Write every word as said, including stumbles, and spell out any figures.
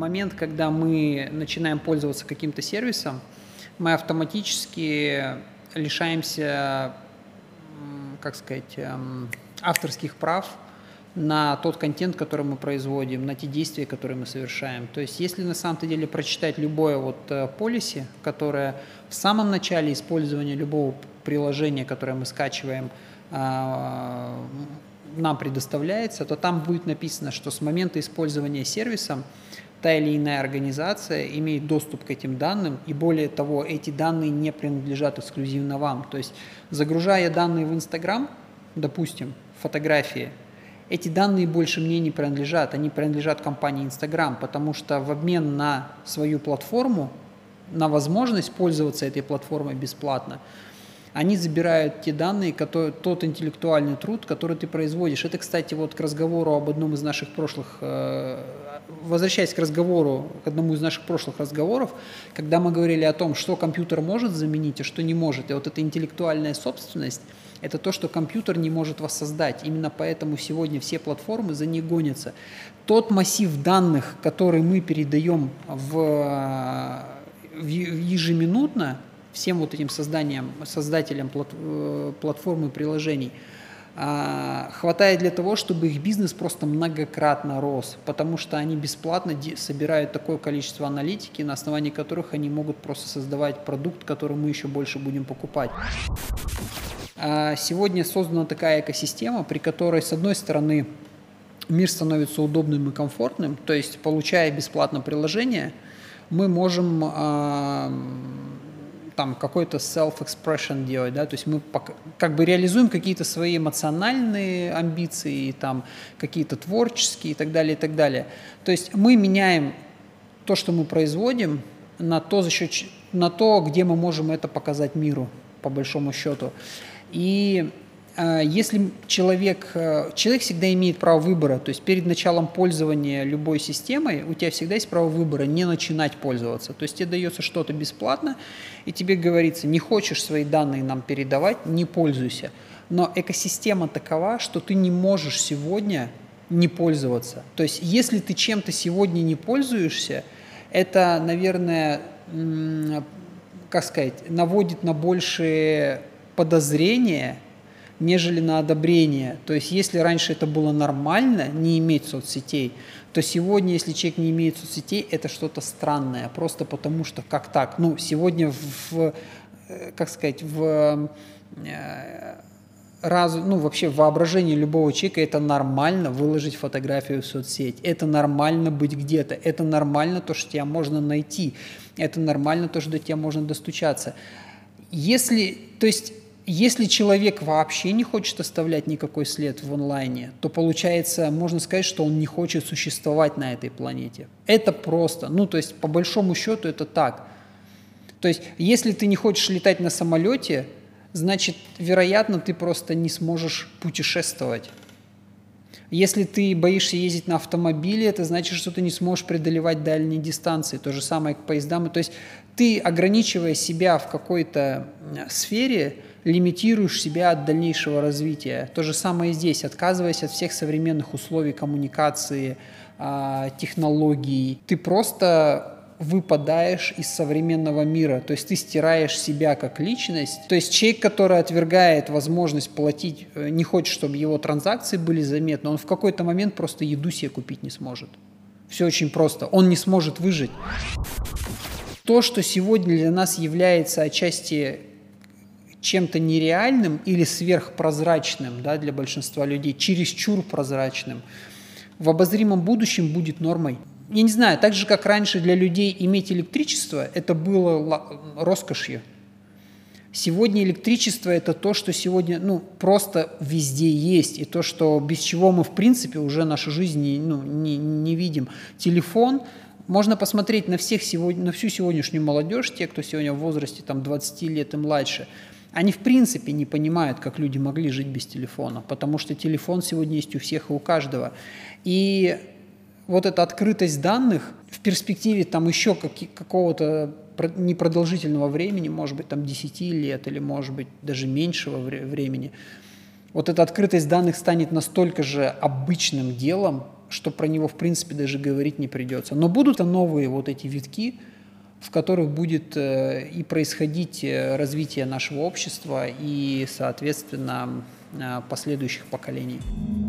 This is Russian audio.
момент, когда мы начинаем пользоваться каким-то сервисом, мы автоматически лишаемся, как сказать, авторских прав на тот контент, который мы производим, на те действия, которые мы совершаем. То есть если на самом-то деле прочитать любое вот policy, которое в самом начале использования любого приложения, которое мы скачиваем, нам предоставляется, то там будет написано, что с момента использования сервиса та или иная организация имеет доступ к этим данным, и более того, эти данные не принадлежат эксклюзивно вам. То есть, загружая данные в Инстаграм, допустим, фотографии, эти данные больше мне не принадлежат, они принадлежат компании Инстаграм, потому что в обмен на свою платформу, на возможность пользоваться этой платформой бесплатно, они забирают те данные, которые, тот интеллектуальный труд, который ты производишь. Это, кстати, вот к разговору об одном из наших прошлых, э, возвращаясь к разговору, к одному из наших прошлых разговоров, когда мы говорили о том, что компьютер может заменить, а что не может. И вот эта интеллектуальная собственность – это то, что компьютер не может воссоздать. Именно поэтому сегодня все платформы за ней гонятся. Тот массив данных, который мы передаем в, в ежеминутно, всем вот этим созданием, создателям плат, платформы приложений, а, хватает для того, чтобы их бизнес просто многократно рос, потому что они бесплатно собирают такое количество аналитики, на основании которых они могут просто создавать продукт, который мы еще больше будем покупать. А сегодня создана такая экосистема, при которой, с одной стороны, мир становится удобным и комфортным, то есть, получая бесплатно приложение, мы можем а, там какой-то self-expression делать, да, то есть мы как бы реализуем какие-то свои эмоциональные амбиции, там какие-то творческие и так далее, и так далее. То есть мы меняем то, что мы производим, на то, за счет, на то, где мы можем это показать миру, по большому счету. И э, если человек, э, человек всегда имеет право выбора, то есть перед началом пользования любой системой у тебя всегда есть право выбора не начинать пользоваться. То есть тебе дается что-то бесплатно, и тебе говорится, не хочешь свои данные нам передавать, не пользуйся. Но экосистема такова, что ты не можешь сегодня не пользоваться. То есть если ты чем-то сегодня не пользуешься, это, наверное, как сказать, наводит на большее подозрение, нежели на одобрение. То есть если раньше это было нормально, не иметь соцсетей, то сегодня, если человек не имеет соцсетей, это что-то странное, просто потому что как так? Ну, сегодня в, как сказать, в раз, ну, вообще в воображении любого человека это нормально выложить фотографию в соцсеть, это нормально быть где-то, это нормально то, что тебя можно найти, это нормально то, что до тебя можно достучаться. Если, то есть, если человек вообще не хочет оставлять никакой след в онлайне, то получается, можно сказать, что он не хочет существовать на этой планете. Это просто, ну, то есть, по большому счету это так. То есть, если ты не хочешь летать на самолете, значит, вероятно, ты просто не сможешь путешествовать. Если ты боишься ездить на автомобиле, это значит, что ты не сможешь преодолевать дальние дистанции. То же самое к поездам. То есть ты, ограничивая себя в какой-то сфере, лимитируешь себя от дальнейшего развития. То же самое и здесь. Отказываясь от всех современных условий коммуникации, технологий, ты просто выпадаешь из современного мира, то есть ты стираешь себя как личность. То есть человек, который отвергает возможность платить, не хочет, чтобы его транзакции были заметны, он в какой-то момент просто еду себе купить не сможет. Все очень просто. Он не сможет выжить. То, что сегодня для нас является отчасти чем-то нереальным или сверхпрозрачным, да, для большинства людей, чересчур прозрачным, в обозримом будущем будет нормой. Я не знаю, так же, как раньше для людей иметь электричество, это было роскошью. Сегодня электричество – это то, что сегодня ну, просто везде есть, и то, что без чего мы, в принципе, уже нашу жизнь не, ну, не, не видим. Телефон, можно посмотреть на, всех сегодня, на всю сегодняшнюю молодежь, те, кто сегодня в возрасте там, двадцати лет и младше, они, в принципе, не понимают, как люди могли жить без телефона, потому что телефон сегодня есть у всех и у каждого. И вот эта открытость данных в перспективе там еще как, какого-то непродолжительного времени, может быть, там десяти лет или, может быть, даже меньшего вре- времени, вот эта открытость данных станет настолько же обычным делом, что про него в принципе даже говорить не придется. Но будут новые вот эти витки, в которых будет э, и происходить развитие нашего общества и, соответственно, э, последующих поколений.